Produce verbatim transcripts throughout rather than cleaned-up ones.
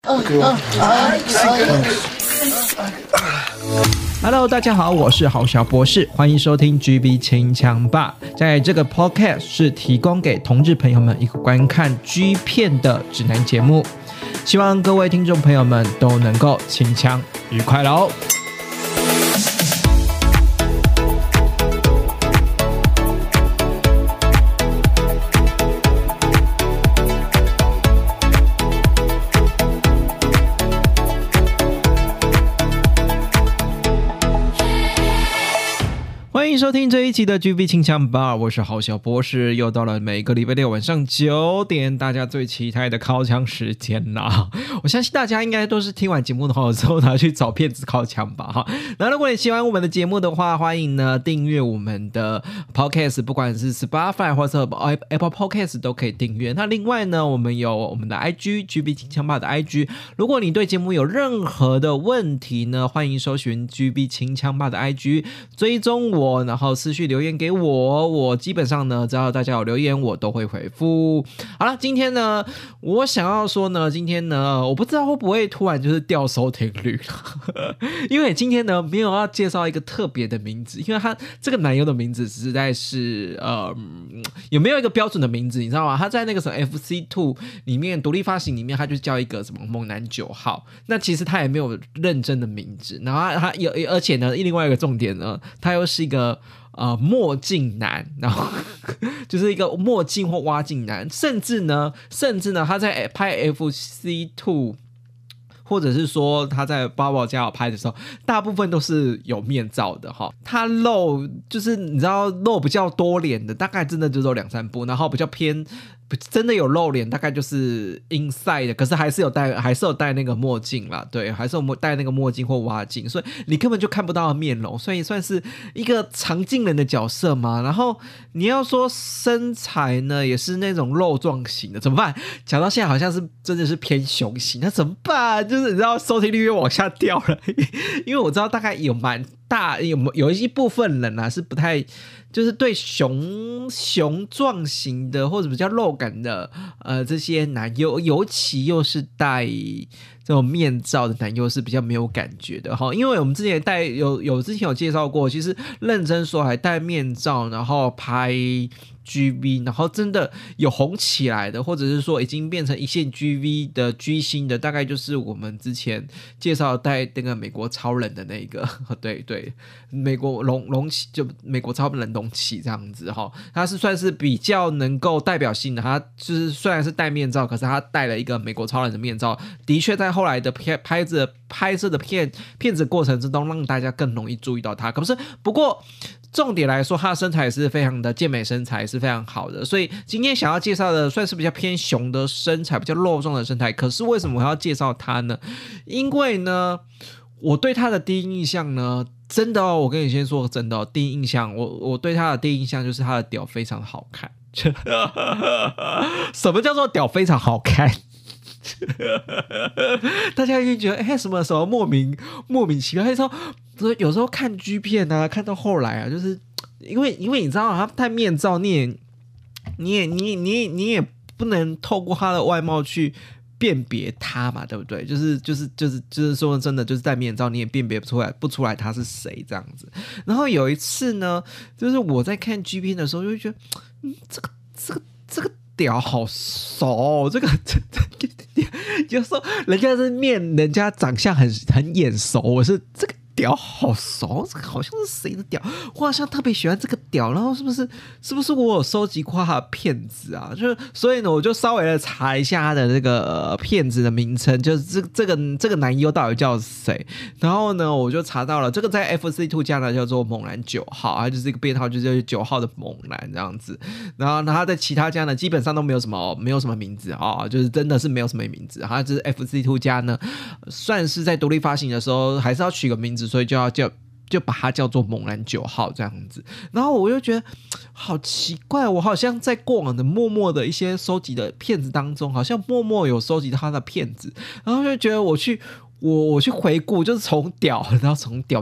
Hello， 大家好，我是郝小博士，欢迎收听 G B 清枪吧。在这个 podcast 是提供给同志朋友们一个观看 G 片的指南节目，希望各位听众朋友们都能够清枪愉快喽。欢迎收听这一期的 G B 清枪吧，我是郝小博士，又到了每个礼拜六晚上九点大家最期待的靠枪时间啦。我相信大家应该都是听完节目的话之后拿去找片子靠枪吧哈。那如果你喜欢我们的节目的话，欢迎呢订阅我们的 Podcast， 不管是 Spotify 或者 Apple Podcast 都可以订阅。那另外呢，我们有我们的 I G G B 清枪吧的 I G， 如果你对节目有任何的问题呢，欢迎搜寻 G B 清枪吧的 I G， 追踪我，然后私讯留言给我，我基本上呢只要大家有留言我都会回复。好了，今天呢我想要说呢，今天呢我不知道会不会突然就是掉收听率了因为今天呢没有要介绍一个特别的名字，因为他这个男优的名字实在是呃有没有一个标准的名字你知道吗？他在那个什么 F C 二 里面独立发行里面他就叫一个什么猛男九号，那其实他也没有认真的名字，然后他有而且呢另外一个重点呢，他又是一个呃，墨镜男，然后就是一个墨镜或挖镜男，甚至呢，甚至呢，他在拍 F C 二，或者是说他在八宝家拍的时候，大部分都是有面罩的哈。他露就是你知道露比较多脸的，大概真的就有两三部，然后比较偏。真的有露脸，大概就是 inside 的，可是还是有戴，还是有戴那个墨镜啦，对，还是有戴那个墨镜或挖镜，所以你根本就看不到面容，所以算是一个常进人的角色嘛。然后你要说身材呢，也是那种肉壮型的，怎么办？讲到现在好像是真的是偏雄型，那怎么办？就是你知道收听率又往下掉了，因为我知道大概有蛮大有有一部分人啊是不太。就是对雄雄壮型的或者比较肉感的呃这些男优，尤其又是戴这种面罩的男优是比较没有感觉的哈，因为我们之前戴有有之前有介绍过，其实认真说还戴面罩然后拍G V， 然后真的有红起来的，或者是说已经变成一线 G V 的 G 星的，大概就是我们之前介绍带那个美国超人的那个，对对，美国龙龙骑就美国超人龙骑这样子哈，他是算是比较能够代表性的，他就是虽然是戴面罩，可是他戴了一个美国超人的面罩，的确在后来的拍拍子拍摄的片片子过程之中，让大家更容易注意到他。可是不过。重点来说，他的身材是非常的健美身材，是非常好的，所以今天想要介绍的算是比较偏雄的身材，比较肉壮的身材。可是为什么我要介绍他呢？因为呢，我对他的第一印象呢，真的哦，我跟你先说真的哦，第一印象，我我对他的第一印象就是他的屌非常好看。什么叫做屌非常好看？大家一定觉得哎、欸，什么什么莫名莫名其妙。有时候有时候看 G 片啊，看到后来啊，就是因为因为你知道他戴面罩，你也你也你也你也你也不能透过他的外貌去辨别他嘛，对不对？就是就是就是就是说真的，就是戴面罩你也辨别不出来不出来他是谁这样子。然后有一次呢，就是我在看 G 片的时候，就会觉得，嗯，这个这个这个。屌好熟、哦，这个有时候人家是面，人家长相很很眼熟，我是这个屌好熟，这个好像是谁的屌？我好像特别喜欢这个屌，然后是不是是不是我有收集过他的片子啊？就是所以呢，我就稍微的查一下他的这个、呃、片子的名称，就是这这个这个男优到底叫谁？然后呢，我就查到了这个在 F C 二 家呢叫做猛男九号，他就是一个编号，就是九号的猛男这样子。然后他在其他家呢，基本上都没有什么没有什么名字啊、哦，就是真的是没有什么名字。他就是 F C 二 家呢，算是在独立发行的时候还是要取个名字。所以就要叫就把它叫做猛男九号这样子，然后我就觉得好奇怪，我好像在过往的默默的一些收集的片子当中，好像默默有收集他的片子，然后就觉得我去我我去回顾，就是从屌，然后从屌的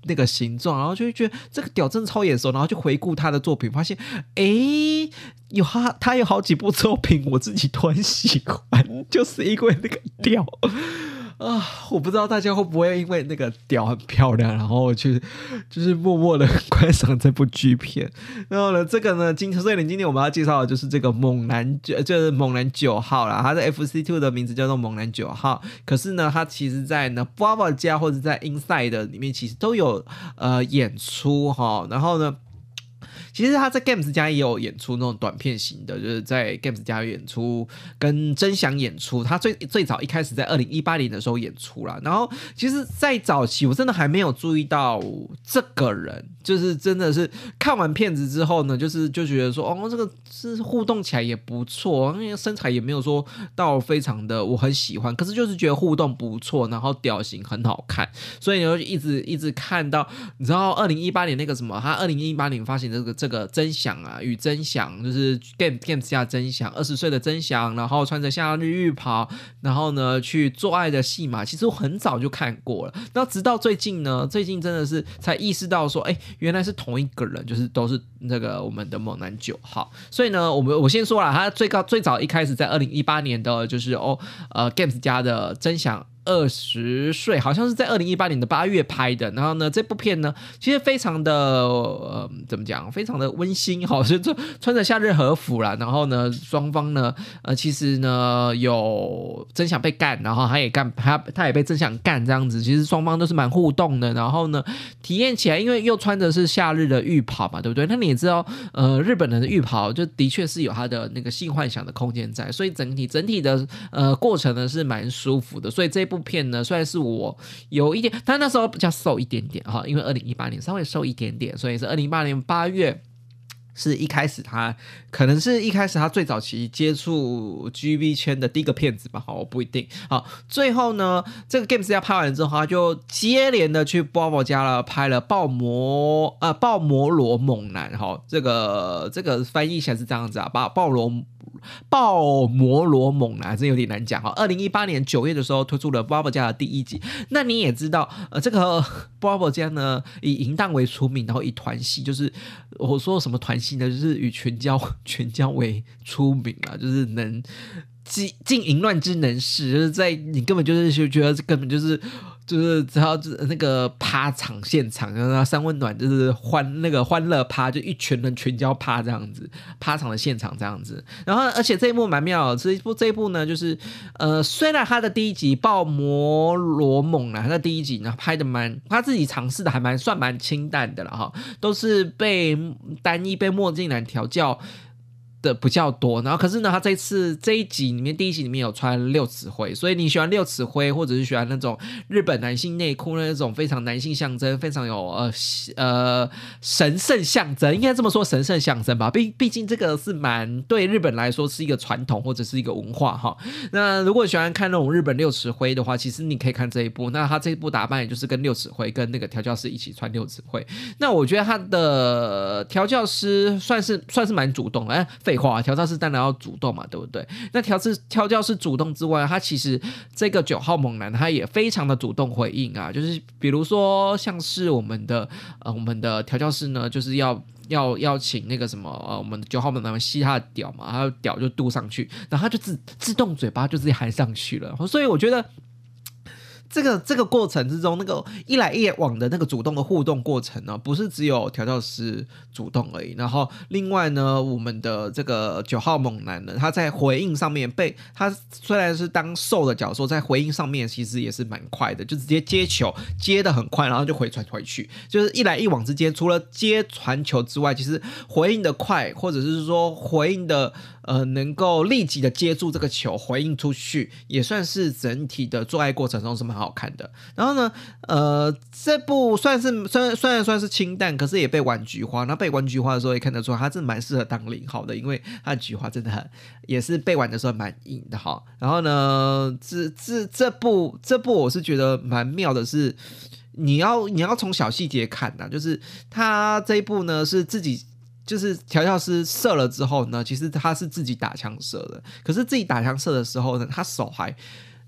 那个形状，然后就会觉得这个屌真的超眼熟，然后就回顾他的作品，发现诶有他他有好几部作品我自己都很喜欢，就是因为那个屌啊，我不知道大家会不会因为那个屌很漂亮，然后去就是默默的观赏这部剧片。然后呢，这个呢，今所以今天我们要介绍的就是这个猛男，就是猛男九号啦。它的 F C 二 的名字叫做猛男九号，可是呢，它其实在呢 Bravo 家或者在 Inside 里面其实都有呃演出哈。然后呢，其实他在 Games 家也有演出那种短片型的，就是在 Games 家演出跟真祥演出，他最最早一开始在二零一八年的时候演出啦。然后其实在早期我真的还没有注意到这个人，就是真的是看完片子之后呢，就是就觉得说哦，这个是互动起来也不错，因为身材也没有说到非常的我很喜欢，可是就是觉得互动不错，然后屌型很好看，所以就一直一直看到你知道二零一八年那个什么，他二零一八年发行这个这个真祥啊与真祥，就是 Game Games 下真祥二十岁的真祥，然后穿着夏日浴袍，然后呢去做爱的戏码，其实我很早就看过了，那直到最近呢，最近真的是才意识到说，哎，原来是同一个人，就是都是那个我们的猛男九号。所以呢，我们我先说了，他最高最早一开始在二零一八年的就是哦呃 Games 家的真祥二十岁，好像是在二零一八年的八月拍的。然后呢，这部片呢，其实非常的呃，怎么讲，非常的温馨哈，就穿着夏日和服啦。然后呢，双方呢，呃，其实呢有真想被干，然后他也干，他他也被真想干这样子。其实双方都是蛮互动的。然后呢，体验起来，因为又穿的是夏日的浴袍嘛，对不对？那你也知道，呃，日本人的浴袍就的确是有他的那个性幻想的空间在，所以整体整体的呃过程呢是蛮舒服的。所以这一部片呢，虽然是我有一点，但那时候比较瘦一点点哈，因为二零一八年稍微瘦一点点，所以是二零一八年八月。是一开始他可能是一开始他最早期接触 G V 圈的第一个片子吧，好，我不一定。好，最后呢，这个 Games 家拍完了之后，他就接连的去 Bravo 家了，拍了爆魔呃爆魔罗猛男哈，这个这个翻译起来是这样子啊，爆爆罗。爆魔罗猛男真有点难讲哈。二零一八年九月的时候推出了 Bravo 家的第一集。那你也知道，呃，这个 Bravo 家呢以淫荡为出名，然后以团戏，就是我说什么团戏呢，就是以全交全交为出名啊，就是能尽淫乱之能事，就是在你根本就是觉得这根本就是就是只要那个趴场现场，然后三温暖就是欢那个欢乐趴，就一群人全交趴这样子，趴场的现场这样子。然后而且这一部蛮妙的，这一部这一部呢，就是呃，虽然他的第一集爆魔罗猛男，他的第一集呢拍的蛮他自己尝试的还蛮算蛮清淡的了哈，都是被单一被墨镜男调教的比较多，然后可是呢，他这次这一集里面第一集里面有穿六尺灰，所以你喜欢六尺灰，或者是喜欢那种日本男性内裤那种非常男性象征，非常有呃呃神圣象征，应该这么说神圣象征吧。毕毕竟这个是蛮对日本来说是一个传统或者是一个文化哈。那如果喜欢看那种日本六尺灰的话，其实你可以看这一部。那他这一部打扮也就是跟六尺灰跟那个调教师一起穿六尺灰。那我觉得他的调教师算是算是蛮主动的，哎，废话，调教师当然要主动嘛，对不对？那调教调教师主动之外，他其实这个九号猛男他也非常的主动回应啊，就是比如说像是我们的呃我们的调教师呢，就是要。要要请那个什么呃，我们九号猛男吸他的屌嘛，他的屌就嘟上去，然后他就自自动嘴巴就自己含上去了，所以我觉得。这个这个过程之中，那个一来一往的那个主动的互动过程呢，不是只有调教师主动而已。然后另外呢，我们的这个九号猛男呢，他在回应上面被他虽然是当受的角色，在回应上面其实也是蛮快的，就直接接球接得很快，然后就回传回去，就是一来一往之间，除了接传球之外，其实回应的快，或者是说回应的呃能够立即的接住这个球回应出去，也算是整体的做爱过程中是蛮好看的。然后呢，呃，这部算是虽然虽然算是清淡，可是也被玩菊花。那被玩菊花的时候，也看得出他真的蛮适合当零号的，因为他的菊花真的很也是被玩的时候蛮硬的哈。然后呢，这这这部这部我是觉得蛮妙的是，你要你要从小细节看呐，就是他这一部呢是自己。就是调教师射了之后呢，其实他是自己打枪射的，可是自己打枪射的时候呢，他手还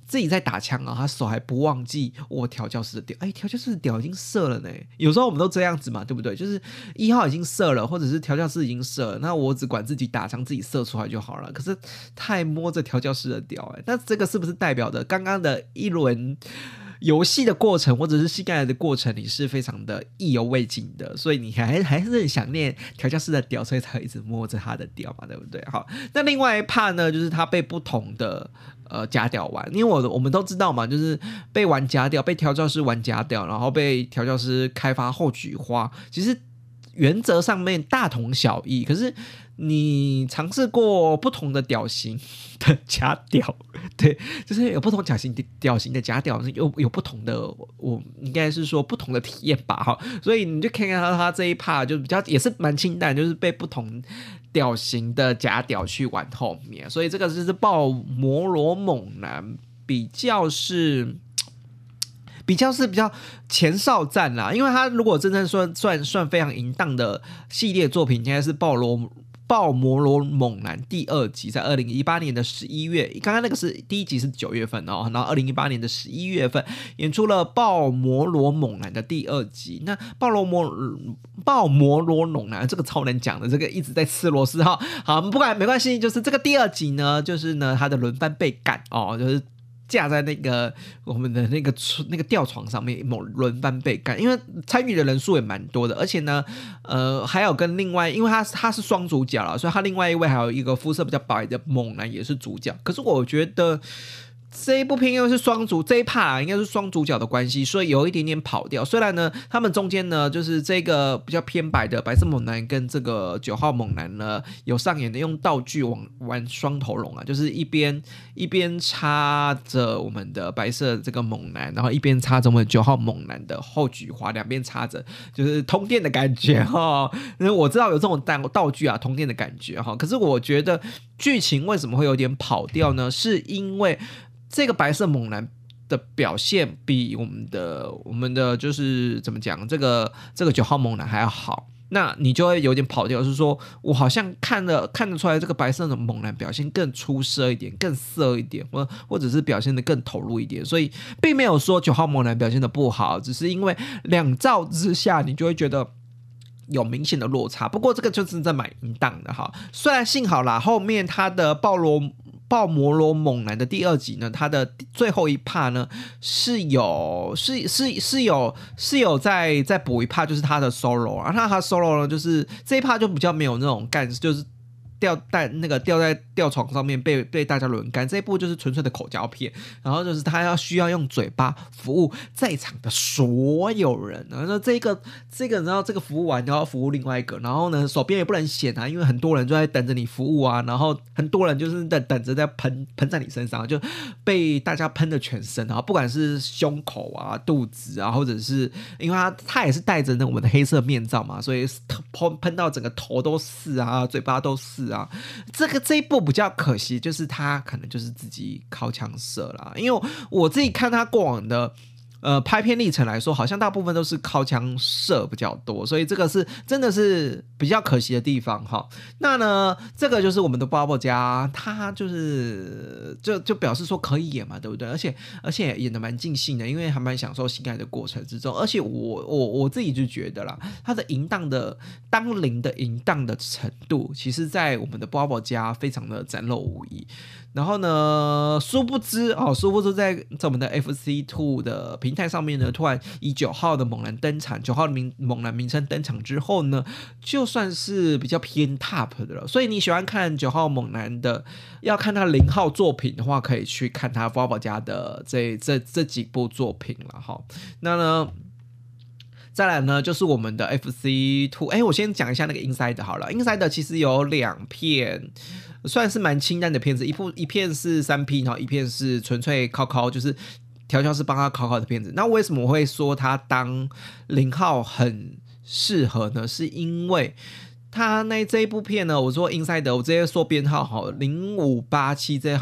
自己在打枪啊，他手还不忘记我调教师的屌，哎，调教师的屌已经射了呢。有时候我们都这样子嘛，对不对？就是一号已经射了，或者是调教师已经射了，那我只管自己打枪，自己射出来就好了。可是他还摸着调教师的屌，哎，那这个是不是代表着刚刚的一轮游戏的过程，或者是性爱的过程，你是非常的意犹未尽的，所以你还还是很想念调教师的屌，所以才一直摸着他的屌嘛，对不对？好，那另外一 part 呢，就是他被不同的呃假屌玩，因为我我们都知道嘛，就是被玩假屌，被调教师玩假屌，然后被调教师开发后菊花，其实原则上面大同小异，可是你尝试过不同的屌型的假屌，对，就是有不同屌型的屌型的假屌，有有不同的，我应该是说不同的体验吧，哈，所以你就看看他这一 part 就比较也是蛮清淡，就是被不同屌型的假屌去玩后面，所以这个就是爆摩罗猛男比较是。比较是比较前哨战啦，因为他如果真正算算算非常淫荡的系列作品，应该是爆罗爆摩罗猛男第二集，在二零一八年的十一月，刚刚那个是第一集是九月份哦，然后二零一八年的十一月份演出了爆摩罗猛男的第二集。那爆罗摩爆摩罗猛男这个超难讲的，这个一直在吃螺丝哈。好，不管没关系，就是这个第二集呢，就是呢他的轮番被干哦，就是。架在那个我们的那个那个吊床上面，某轮番被干，因为参与的人数也蛮多的，而且呢，呃，还有跟另外，因为他他是双主角啦，所以他另外一位还有一个肤色比较白的猛男也是主角。可是我觉得这一部片因为是双主这一 part 应该是双主角的关系，所以有一点点跑掉。虽然呢，他们中间呢，就是这个比较偏白的白色猛男跟这个九号猛男呢，有上演的用道具玩玩双头龙啊，就是一边一边插着我们的白色这个猛男，然后一边插着我们九号猛男的后菊花，两边插着，就是通电的感觉哈。因为我知道有这种道具啊，通电的感觉哈。可是我觉得剧情为什么会有点跑掉呢？是因为这个白色猛男的表现比我们的我们的就是怎么讲，这个这个九号猛男还要好，那你就会有点跑掉，是说我好像看了看得出来这个白色的猛男表现更出色一点，更色一点，或或者是表现得更投入一点，所以并没有说九号猛男表现得不好，只是因为两照之下你就会觉得有明显的落差。不过这个就是在买淫荡的哈，虽然幸好啦，后面他的暴罗爆摩罗猛男的第二集呢，它的最后一 part 呢是有是是是有是有再再补一 part， 就是他的 solo 啊，那他 solo 呢，就是这一 part 就比较没有那种干，就是吊在那个吊在吊床上面被被大家轮干，这一部就是纯粹的口交片，然后就是他要需要用嘴巴服务在场的所有人，然后这个这个然后这个服务完，然后服务另外一个，然后呢手边也不能闲啊，因为很多人就在等着你服务啊，然后很多人就是在等着在喷喷在你身上，就被大家喷的全身，然后不管是胸口啊、肚子啊，或者是因为他他也是戴着那我们的黑色面罩嘛，所以喷喷到整个头都是啊，嘴巴都是。啊，这个这一部比较可惜，就是他可能就是自己靠枪射啦，因为我自己看他过往的呃拍片历程来说，好像大部分都是靠枪射比较多，所以这个是真的是比较可惜的地方哈。那呢，这个就是我们的 Bobo 家，他就是就就表示说可以演嘛，对不对？而且而且演的蛮尽兴的，因为还蛮享受性爱的过程之中。而且我我我自己就觉得啦，他的淫荡的当零的淫荡的程度，其实在我们的 Bobo 家非常的展露无遗。然后呢，殊不知哦，殊不知在在我们的 F C 二 的平台上面呢，突然以九号的猛男登场，九号的名猛男名称登场之后呢，就算是比较偏 top 的了。所以你喜欢看九号猛男的，要看他零号作品的话，可以去看他 Bobo 家的这这这几部作品了哈。那呢？再来呢，就是我们的 F C 二， 哎，我先讲一下那个 Inside 好了。Inside 其实有两片，算是蛮清淡的片子，一部一片是三 P， 然后一片是纯粹考考，就是调教师帮他考考的片子。那为什么我会说他当零号很适合呢？是因为他那这一部片呢，我说 Inside， 我直接说编号好，零五八七这号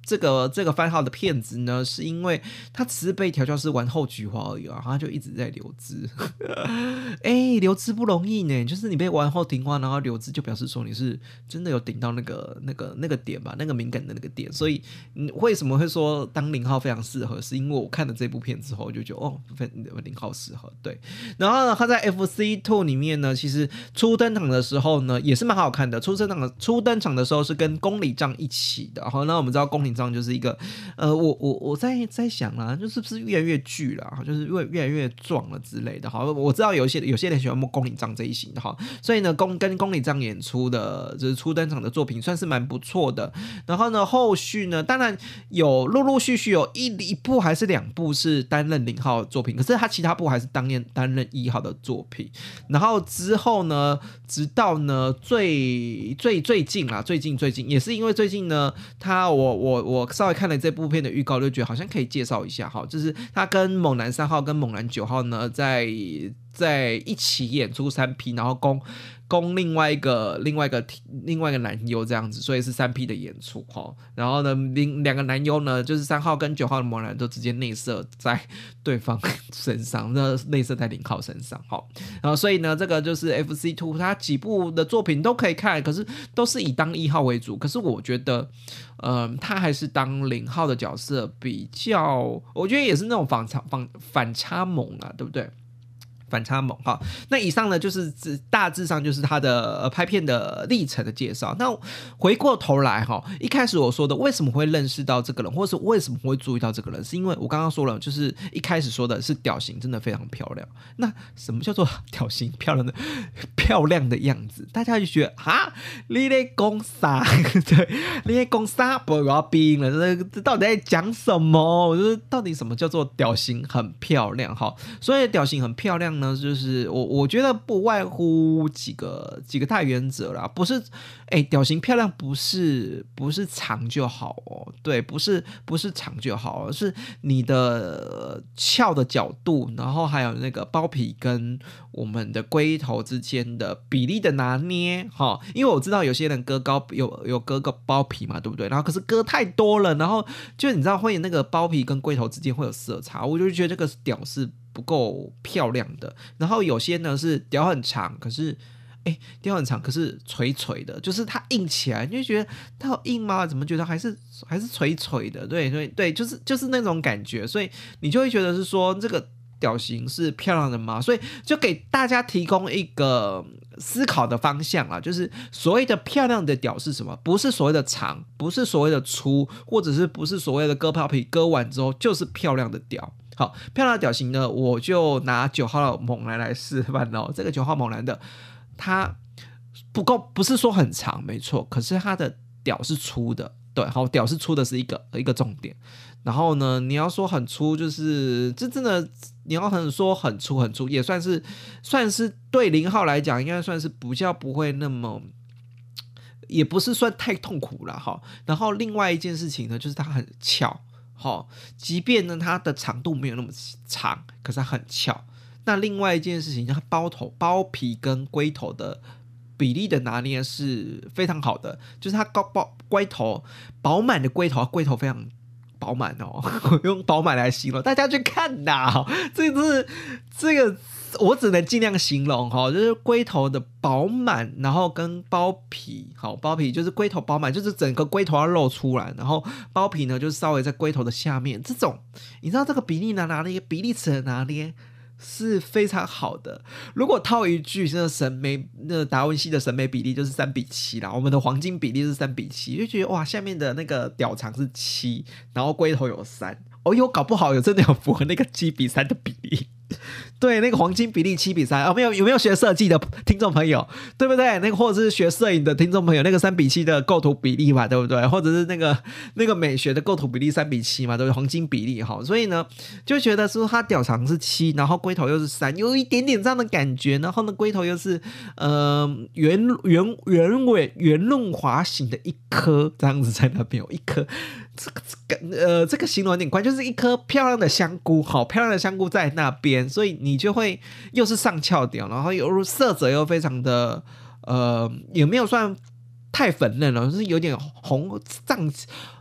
这个这个番号的骗子呢，是因为他只是被调教师玩后菊花而已啊，他就一直在留资。哎、欸，留资不容易呢，就是你被玩后停花，然后留资就表示说你是真的有顶到那个那个那个点吧，那个敏感的那个点。所以为什么会说当零号非常适合，是因为我看了这部片之后，我就觉得哦，零号适合。对，然后呢，他在 F C 二 里面呢，其实初登场的时候呢，也是蛮好看的。初登场的初登场的时候是跟宫里丈一起的。好，那我们知道宫里丈就是一个，呃，我我我在在想啦，就是不是越来越巨啦，就是越越来越壮了之类的。好，我知道有些有些人喜欢宫里丈这一型的哈，所以呢，宫跟宫里丈演出的就是初登场的作品算是蛮不错的。然后呢，后续呢，当然有陆陆续续有一一部还是两部是担任零号的作品，可是他其他部还是当年担任一号的作品。然后之后呢，直到呢最最最近啦，最近最近也是因为最近呢，他我我我稍微看了这部片的预告，就觉得好像可以介绍一下哈，就是他跟猛男三号跟猛男九号呢，在在一起演出三 P， 然后攻攻另外一个另外一个另外一个男优这样子，所以是三 P 的演出哈。然后呢，两个男优呢，就是三号跟九号的猛男都直接内射在对方身上，那内射在零号身上哈。然后所以呢，这个就是 F C 二， 他几部的作品都可以看，可是都是以当一号为主。可是我觉得，嗯、呃，他还是当零号的角色比较，我觉得也是那种反差反反差萌啊，对不对？反差萌哈，那以上呢就是大致上就是他的、呃、拍片的历程的介绍。那回过头来哈，一开始我说的为什么会认识到这个人，或是为什么会注意到这个人，是因为我刚刚说了，就是一开始说的是屌型真的非常漂亮。那什么叫做屌型漂亮的漂亮的样子？大家就觉得哈，你在讲啥？对，你在讲啥？不要冰了，这这到底在讲什么？我觉得到底什么叫做屌型很漂亮？哈，所以屌型很漂亮。就是我我觉得不外乎几个几个大原则啦，不是哎，屌型漂亮不是不是长就好哦，对，不是不是长就好，是你的翘的角度，然后还有那个包皮跟我们的龟头之间的比例的拿捏哈，因为我知道有些人割高有有割个包皮嘛，对不对？然后可是割太多了，然后就你知道会有那个包皮跟龟头之间会有色差，我就觉得这个屌是不够漂亮的。然后有些呢是屌很长，可是哎，屌很长可是垂垂的，就是它硬起来你就觉得它有硬吗？怎么觉得还是还是垂垂的？对对对，就是就是那种感觉，所以你就会觉得是说这个屌型是漂亮的吗？所以就给大家提供一个思考的方向啦，就是所谓的漂亮的屌是什么？不是所谓的长，不是所谓的粗，或者是不是所谓的割包皮割完之后就是漂亮的屌。好，漂亮的屌型呢，我就拿九号猛男来示范哦。这个九号猛男的，他不够，不是说很长，没错，可是他的屌是粗的，对，好，屌是粗的是一个一个重点。然后呢，你要说很粗，就是这真的，你要很说很粗很粗，也算是算是对零号来讲，应该算是比较不会那么。也不是算太痛苦了哈。然后另外一件事情呢，就是它很翘。哦，即便呢它的长度没有那么长，可是它很翘。那另外一件事情，它包头包皮跟龟头的比例的拿捏是非常好的，就是它高包龟头饱满的龟头，龟头非常饱满哦，用饱满来形容，大家去看呐，这个是这个。我只能尽量形容哈，就是龟头的饱满，然后跟包皮，好，包皮就是龟头饱满，就是整个龟头要露出来，然后包皮呢就是稍微在龟头的下面，这种你知道这个比例拿拿捏，比例尺的拿捏是非常好的。如果套一句那个审美，那个达文西的审美比例就是三比七啦，我们的黄金比例是三比七，就觉得哇，下面的那个屌长是七，然后龟头有三，哦哟，搞不好有真的有符合那个七比三的比例。对，那个黄金比例七比三啊，没有有没有学设计的听众朋友，对不对？那个或者是学摄影的听众朋友，那个三比七的构图比例嘛，对不对？或者是那个那个美学的构图比例三比七嘛，对不对？黄金比例哈，所以呢，就觉得说它屌长是七，然后龟头又是三，有一点点这样的感觉，然后呢，龟头又是呃圆圆圆尾圆润滑形的一颗，这样子在那边有一颗。这个这个呃，这个形容有点怪，就是一颗漂亮的香菇，好漂亮的香菇在那边，所以你就会又是上翘屌，然后又色泽又非常的呃，也没有算太粉嫩了，就是有点红胀，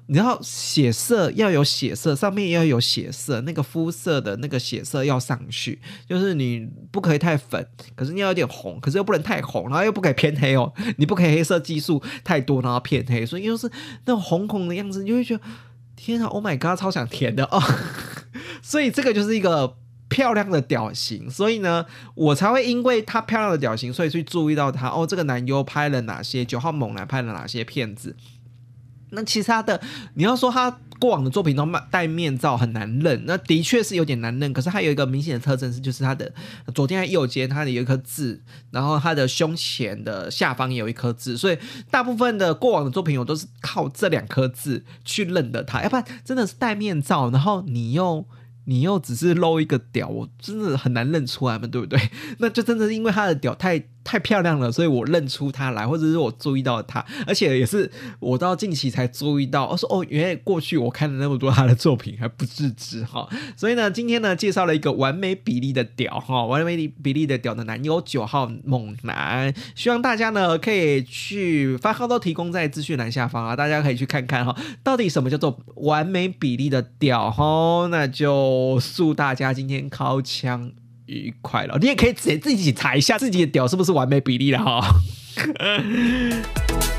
你知道血色要有血色，上面要有血色，那个肤色的那个血色要上去，就是你不可以太粉，可是你要有点红，可是又不能太红，然后又不可以偏黑哦，你不可以黑色激素太多然后偏黑，所以就是那种红红的样子，你就会觉得天啊 ，Oh my god， 超想甜的哦，所以这个就是一个漂亮的屌型，所以呢，我才会因为他漂亮的屌型，所以去注意到他哦，这个男优拍了哪些九号猛男拍了哪些片子。那其实他的，你要说他过往的作品都戴面罩很难认，那的确是有点难认。可是他有一个明显的特征是，就是他的左肩和右肩，他的有一颗痣，然后他的胸前的下方也有一颗痣，所以大部分的过往的作品我都是靠这两颗痣去认得他，要不然真的是戴面罩，然后你又。你又只是露一个屌，我真的很难认出来嘛，对不对？那就真的是因为他的屌太太漂亮了，所以我认出他来，或者是我注意到他，而且也是我到近期才注意到，我说哦，原来过去我看了那么多他的作品还不自知哈。所以呢，今天呢介绍了一个完美比例的屌哈，完美比例的屌的男优九号猛男，希望大家呢可以去番号都提供在资讯栏下方啊，大家可以去看看哈，到底什么叫做完美比例的屌哈，那就。祝大家今天尻槍愉快了，你也可以自己查一下自己的屌是不是完美比例了哈。